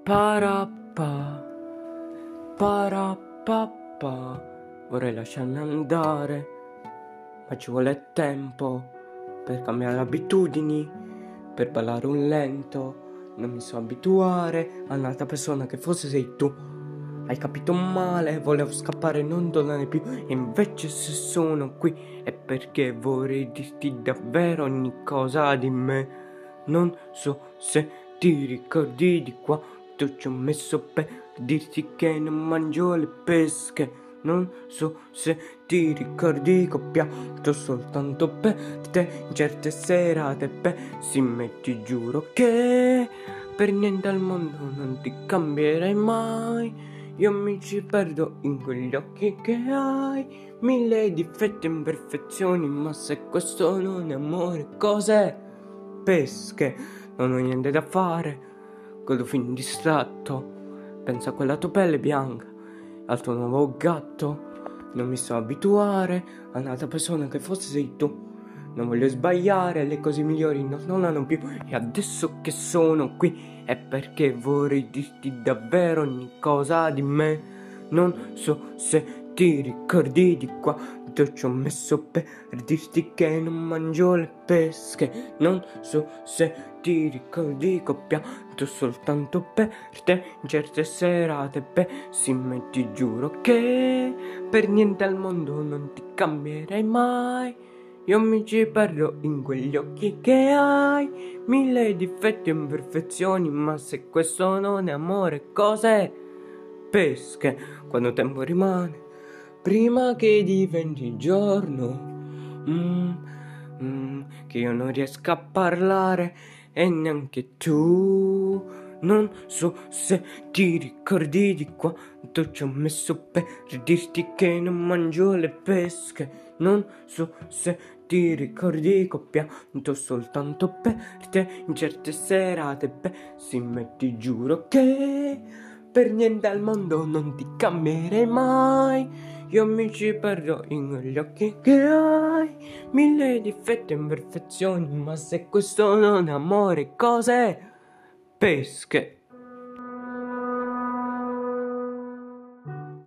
Parappa, parappa, vorrei lasciarmi andare, ma ci vuole tempo per cambiare abitudini, per ballare un lento. Non mi so abituare a un'altra persona che forse sei tu. Hai capito male, volevo scappare e non tornare più, e invece se sono qui è perché vorrei dirti davvero ogni cosa di me. Non so se ti ricordi di quanto ci ho messo per dirti che non mangio le pesche. Non so se ti ricordi che ho pianto soltanto per te in certe serate pessime. Ti giuro che per niente al mondo non ti cambierai mai. Io mi ci perdo in quegli occhi che hai, mille difetti e imperfezioni, ma se questo non è amore, cos'è? Pesche, non ho niente da fare, godo fin distratto, penso a quella tua pelle bianca, al tuo nuovo gatto. Non mi so abituare a un'altra persona che forse sei tu. Non voglio sbagliare, le cose migliori non hanno più. E adesso che sono qui è perché vorrei dirti davvero ogni cosa di me. Non so se ti ricordi di quanto ci ho messo per dirti che non mangio le pesche. Non so se ti ricordi che ho pianto soltanto per te in certe serate pessime. Ti giuro che per niente al mondo non ti cambierei mai. Io mi ci perdo in quegli occhi che hai, mille difetti e imperfezioni, ma se questo non è amore, cos'è? Pesche, quando tempo rimane, prima che diventi giorno, che io non riesca a parlare e neanche tu. Non so se ti ricordi di quanto ci ho messo per dirti che non mangio le pesche. Non so se ti ricordi che ho pianto soltanto per te in certe serate pessime. Ti giuro che per niente al mondo non ti cambierei mai. Io mi ci perdo in quegli occhi che hai, mille difetti e imperfezioni, ma se questo non è amore, cos'è? Pesche.